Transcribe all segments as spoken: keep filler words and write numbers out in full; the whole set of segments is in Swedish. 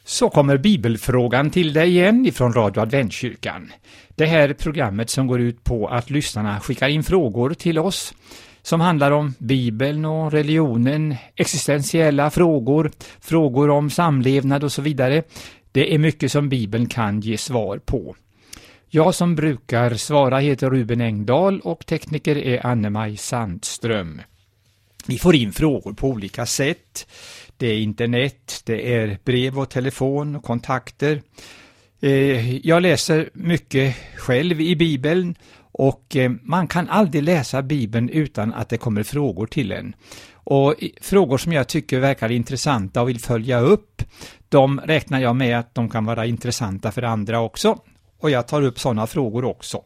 Så kommer bibelfrågan till dig igen ifrån Radio Adventkyrkan. Det här programmet som går ut på att lyssnarna skickar in frågor till oss som handlar om Bibeln och religionen, existentiella frågor, frågor om samlevnad och så vidare. Det är mycket som Bibeln kan ge svar på. Jag som brukar svara heter Ruben Engdahl och tekniker är Anne-Maj Sandström. Vi får in frågor på olika sätt. Det är internet, det är brev och telefon och kontakter. Jag läser mycket själv i Bibeln och man kan aldrig läsa Bibeln utan att det kommer frågor till en. Och frågor som jag tycker verkar intressanta och vill följa upp, de räknar jag med att de kan vara intressanta för andra också. Och jag tar upp sådana frågor också.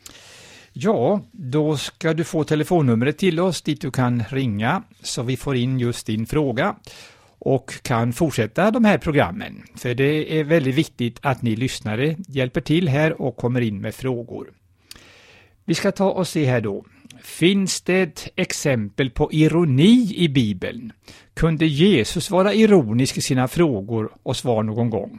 Ja, då ska du få telefonnumret till oss dit du kan ringa så vi får in just din fråga och kan fortsätta de här programmen. För det är väldigt viktigt att ni lyssnare hjälper till här och kommer in med frågor. Vi ska ta och se här då. Finns det ett exempel på ironi i Bibeln? Kunde Jesus vara ironisk i sina frågor och svar någon gång?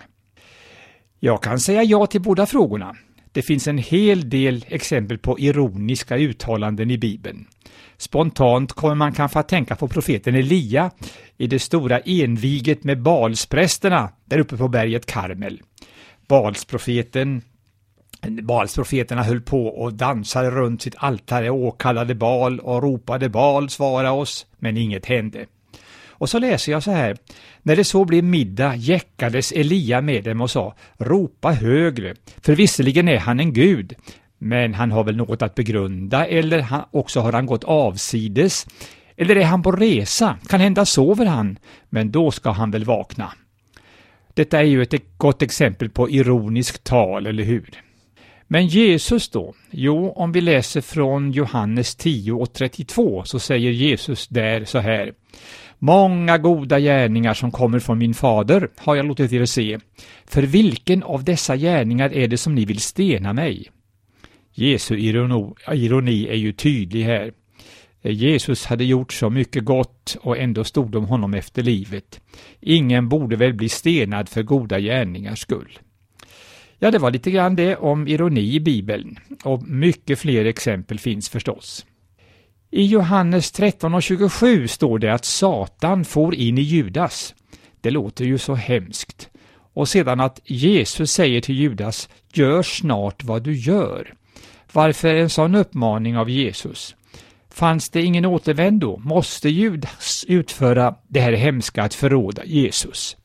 Jag kan säga ja till båda frågorna. Det finns en hel del exempel på ironiska uttalanden i Bibeln. Spontant kommer man kanske att tänka på profeten Elia i det stora enviget med Baalsprästerna där uppe på berget Karmel. Baalsprofeten, Baalsprofeterna höll på och dansade runt sitt altare och åkallade Baal och ropade Baal, svara oss, men inget hände. Och så läser jag så här. När det så blev middag jäckades Elia med dem och sa, ropa högre, för visserligen är han en gud, men han har väl något att begrunda, eller han, också har han gått avsides, eller är han på resa, kan hända sover han, men då ska han väl vakna. Detta är ju ett gott exempel på ironisk tal, eller hur? Men Jesus då? Jo, om vi läser från Johannes tio och trettiotvå så säger Jesus där så här. Många goda gärningar som kommer från min fader har jag låtit er se. För vilken av dessa gärningar är det som ni vill stena mig? Jesu ironi är ju tydlig här. Jesus hade gjort så mycket gott och ändå stod de honom efter livet. Ingen borde väl bli stenad för goda gärningars skull. Ja, det var lite grann det om ironi i Bibeln. Och mycket fler exempel finns förstås. I Johannes tretton och tjugosju står det att Satan for in i Judas. Det låter ju så hemskt. Och sedan att Jesus säger till Judas, gör snart vad du gör. Varför en sån uppmaning av Jesus? Fanns det ingen återvändo? Måste Judas utföra det här hemska att förråda Jesus?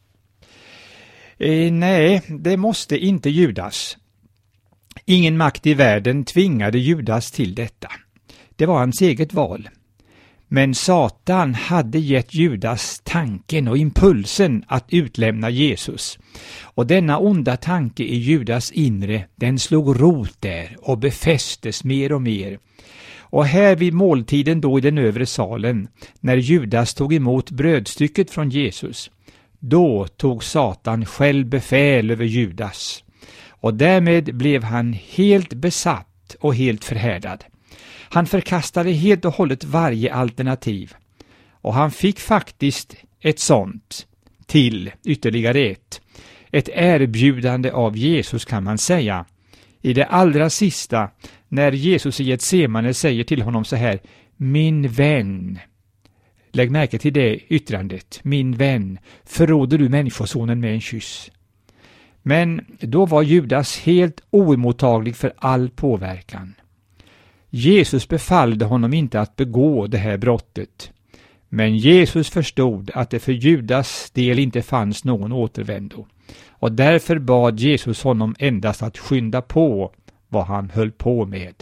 Eh, nej, det måste inte Judas. Ingen makt i världen tvingade Judas till detta. Det var hans eget val. Men Satan hade gett Judas tanken och impulsen att utlämna Jesus. Och denna onda tanke i Judas inre, den slog rot där och befästes mer och mer. Och här vid måltiden då i den övre salen, när Judas tog emot brödstycket från Jesus, då tog Satan själv befäl över Judas. Och därmed blev han helt besatt och helt förhärdad. Han förkastade helt och hållet varje alternativ. Och han fick faktiskt ett sånt till ytterligare ett. Ett erbjudande av Jesus kan man säga. I det allra sista, när Jesus i Getsemane säger till honom så här, min vän. Lägg märke till det yttrandet, min vän, förråder du människosonen med en kyss. Men då var Judas helt oemottaglig för all påverkan. Jesus befallde honom inte att begå det här brottet. Men Jesus förstod att det för Judas del inte fanns någon återvändo. Och därför bad Jesus honom endast att skynda på vad han höll på med.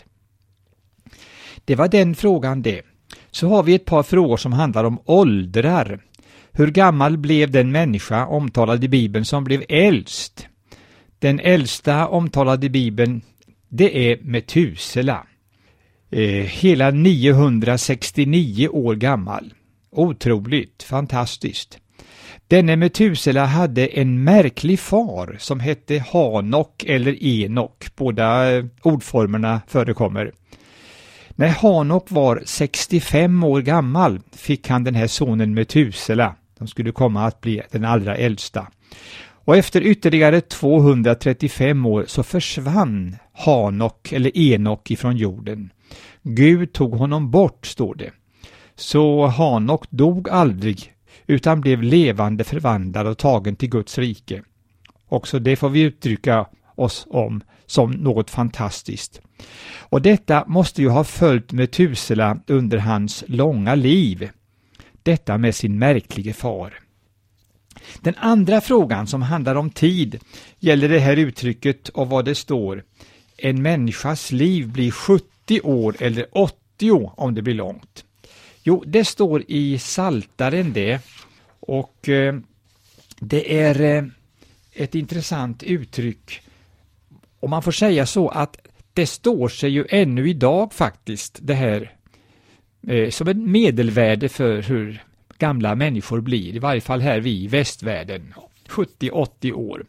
Det var den frågan det. Så har vi ett par frågor som handlar om åldrar. Hur gammal blev den människa omtalad i Bibeln som blev äldst? Den äldsta omtalad i Bibeln, det är Metusela. Eh, hela niohundrasextionio år gammal. Otroligt, fantastiskt. Denne Metusela hade en märklig far som hette Hanok eller Enok. Båda ordformerna förekommer. När Hanok var sextiofem år gammal fick han den här sonen Metusela. De skulle komma att bli den allra äldsta. Och efter ytterligare tvåhundratrettiofem år så försvann Hanok eller Enok ifrån jorden. Gud tog honom bort, står det. Så Hanok dog aldrig utan blev levande förvandlad och tagen till Guds rike. Också det får vi uttrycka oss om som något fantastiskt. Och detta måste ju ha följt Metusela under hans långa liv. Detta med sin märklige far. Den andra frågan som handlar om tid gäller det här uttrycket och vad det står. En människas liv blir sjuttio år eller åttio om det blir långt. Jo, det står i Psaltaren det, och eh, det är eh, ett intressant uttryck. Och man får säga så att det står sig ju ännu idag faktiskt det här eh, som ett medelvärde för hur gamla människor blir, i varje fall här vi i västvärlden, sjuttio åttio år.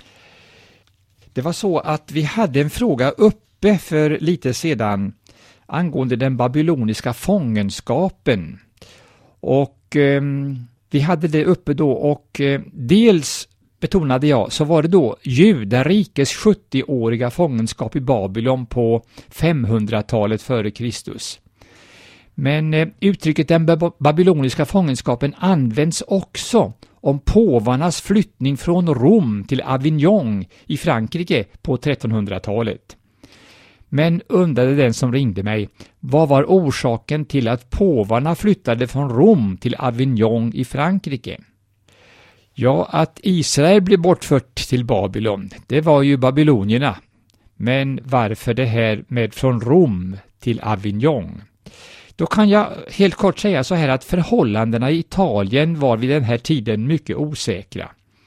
Det var så att vi hade en fråga uppe för lite sedan angående den babyloniska fångenskapen. Och eh, vi hade det uppe då, och eh, dels betonade jag så var det då judarikes sjuttioåriga fångenskap i Babylon på femhundratalet före Kristus. Men eh, uttrycket den babyloniska fångenskapen används också om påvarnas flyttning från Rom till Avignon i Frankrike på trettonhundratalet. Men undrade den som ringde mig, vad var orsaken till att påvarna flyttade från Rom till Avignon i Frankrike? Ja, att Israel blev bortfört till Babylon, det var ju babylonierna. Men varför det här med från Rom till Avignon? Då kan jag helt kort säga så här att förhållandena i Italien var vid den här tiden mycket osäkra.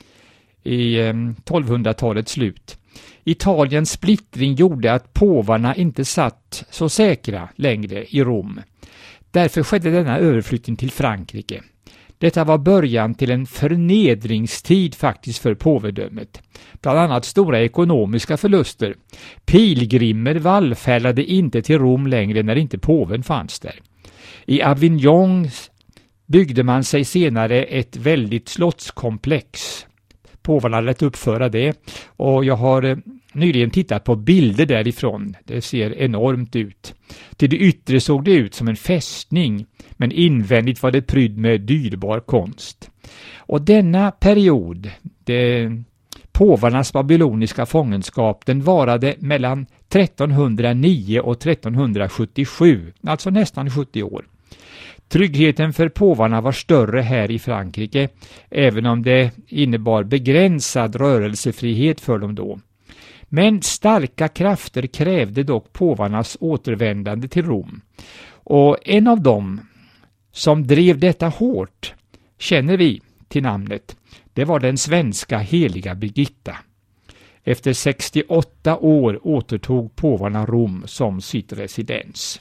I eh, tolvhundratalets slut. Italiens splittring gjorde att påvarna inte satt så säkra längre i Rom. Därför skedde denna överflyttning till Frankrike. Detta var början till en förnedringstid faktiskt för påvedömet. Bland annat stora ekonomiska förluster. Pilgrimer vallfärdade inte till Rom längre när inte påven fanns där. I Avignon byggde man sig senare ett väldigt slottskomplex. Påvarna lät uppföra det, och jag har nyligen tittat på bilder därifrån. Det ser enormt ut. Till det yttre såg det ut som en fästning, men invändigt var det prydd med dyrbar konst. Och denna period, det, påvarnas babyloniska fångenskap, den varade mellan trettonhundranio och trettonhundrasjuttiosju, alltså nästan sjuttio år. Tryggheten för påvarna var större här i Frankrike, även om det innebar begränsad rörelsefrihet för dem då. Men starka krafter krävde dock påvarnas återvändande till Rom. Och en av dem som drev detta hårt känner vi till namnet. Det var den svenska heliga Birgitta. Efter sextioåtta år återtog påvarna Rom som sitt residens.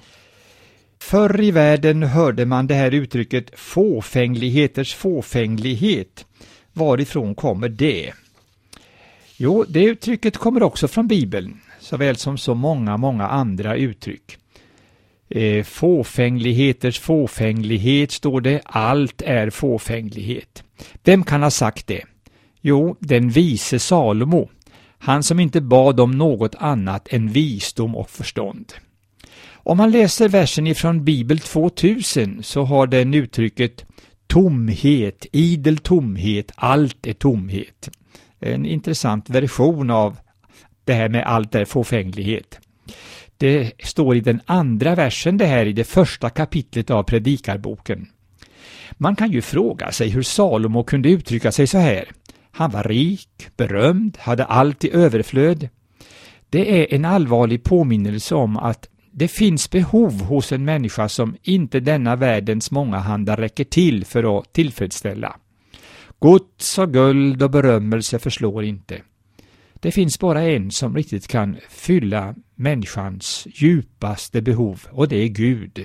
Förr i världen hörde man det här uttrycket fåfängligheters fåfänglighet. Varifrån kommer det? Jo, det uttrycket kommer också från Bibeln, såväl som så många, många andra uttryck. Eh, fåfängligheters fåfänglighet står det, allt är fåfänglighet. Vem kan ha sagt det? Jo, den vise Salomo, han som inte bad om något annat än visdom och förstånd. Om man läser versen ifrån Bibel tvåtusen så har den uttrycket tomhet, idel tomhet, allt är tomhet. En intressant version av det här med allt är fåfänglighet. Det står i den andra versen det här i det första kapitlet av Predikarboken. Man kan ju fråga sig hur Salomo kunde uttrycka sig så här. Han var rik, berömd, hade allt i överflöd. Det är en allvarlig påminnelse om att det finns behov hos en människa som inte denna världens många handar räcker till för att tillfredsställa. Gods och guld och berömmelse förslår inte. Det finns bara en som riktigt kan fylla människans djupaste behov, och det är Gud.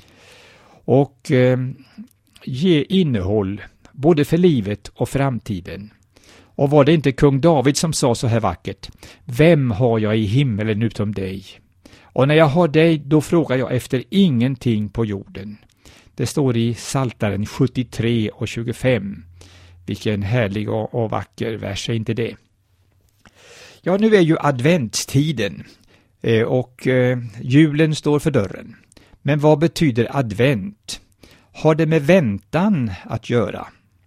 Och eh, ge innehåll både för livet och framtiden. Och var det inte kung David som sa så här vackert: vem har jag i himmelen utom dig? Och när jag har dig, då frågar jag efter ingenting på jorden. Det står i Psaltaren sjuttiotre och tjugofem. Vilken härlig och, och vacker vers, är inte det? Ja, nu är ju adventstiden eh, och eh, julen står för dörren. Men vad betyder advent? Har det med väntan att göra?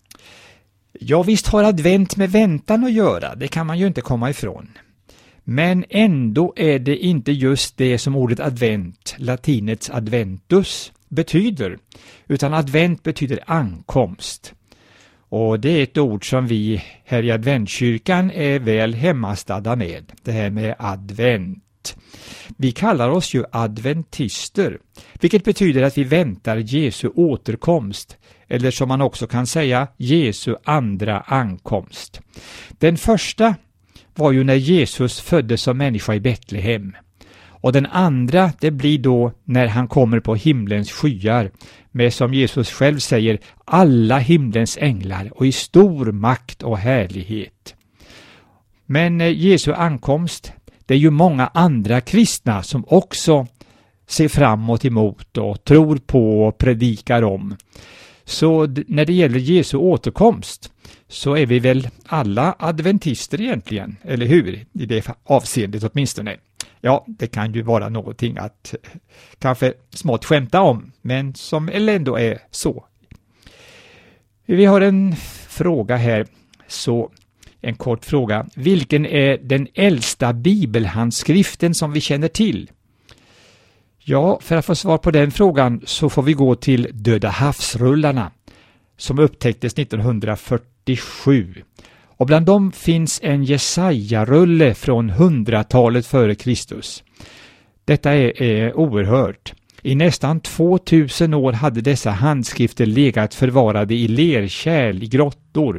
Ja, visst har advent med väntan att göra, det kan man ju inte komma ifrån. Men ändå är det inte just det som ordet advent, latinets adventus, betyder, utan advent betyder ankomst. Och det är ett ord som vi här i adventkyrkan är väl hemmastadda med, det här med advent. Vi kallar oss ju adventister, vilket betyder att vi väntar Jesu återkomst, eller som man också kan säga Jesu andra ankomst. Den första var ju när Jesus föddes som människa i Betlehem. Och den andra, det blir då när han kommer på himlens skyar med, som Jesus själv säger, alla himlens änglar och i stor makt och härlighet. Men Jesu ankomst, det är ju många andra kristna som också ser framåt emot och tror på och predikar om. Så d- när det gäller Jesu återkomst så är vi väl alla adventister egentligen, eller hur? I det avseendet åtminstone. Ja, det kan ju vara någonting att kanske smått skämta om, men som ändå är så. Vi har en fråga här, så en kort fråga. Vilken är den äldsta bibelhandskriften som vi känner till? Ja, för att få svar på den frågan så får vi gå till Döda havsrullarna som upptäcktes nittonhundrafyrtiosju. Och bland dem finns en Jesaja-rulle från hundratalet före Kristus. Detta är, är oerhört. I nästan tvåtusen år hade dessa handskrifter legat förvarade i lerkärl i grottor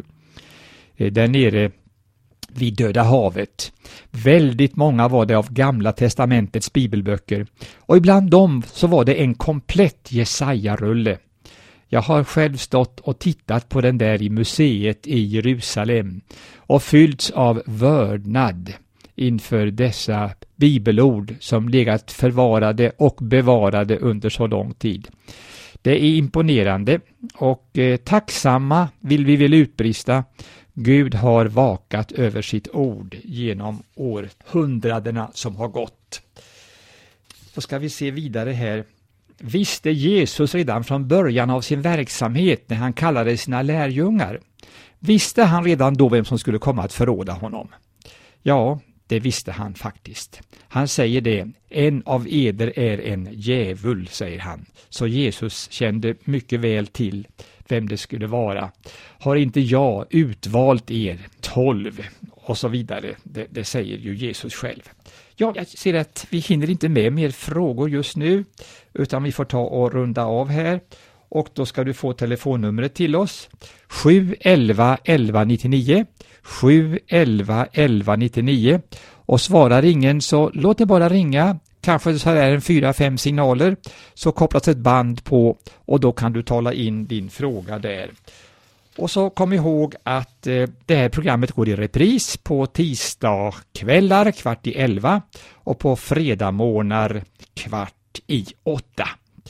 där nere vid Döda havet. Väldigt många var det av Gamla testamentets bibelböcker, och ibland dem så var det en komplett Jesaja-rulle. Jag har själv stått och tittat på den där i museet i Jerusalem och fyllts av vördnad inför dessa bibelord som legat förvarade och bevarade under så lång tid. Det är imponerande och eh, tacksamma vill vi väl utbrista. Gud har vakat över sitt ord genom århundradena som har gått. Då ska vi se vidare här. Visste Jesus redan från början av sin verksamhet när han kallade sina lärjungar? Visste han redan då vem som skulle komma att förråda honom? Ja, det visste han faktiskt. Han säger det, en av eder är en djävul, säger han. Så Jesus kände mycket väl till vem det skulle vara. Har inte jag utvalt er tolv? Och så vidare. Det, det säger ju Jesus själv. Ja, jag ser att vi hinner inte med mer frågor just nu, utan vi får ta och runda av här. Och då ska du få telefonnumret till oss. sju elva elva nittionio. sju elva elva nittionio. Och svarar ingen så låt det bara ringa. Kanske så är det en fyra, fem signaler. Så kopplas ett band på och då kan du tala in din fråga där. Och så kom ihåg att eh, det här programmet går i repris på tisdagskvällar kvart i elva och på fredagmorgnar kvart i åtta.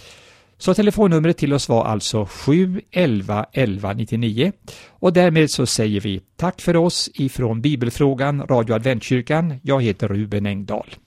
Så telefonnumret till oss var alltså sju elva elva nittionio, och därmed så säger vi tack för oss ifrån Bibelfrågan Radio Adventkyrkan. Jag heter Ruben Engdahl.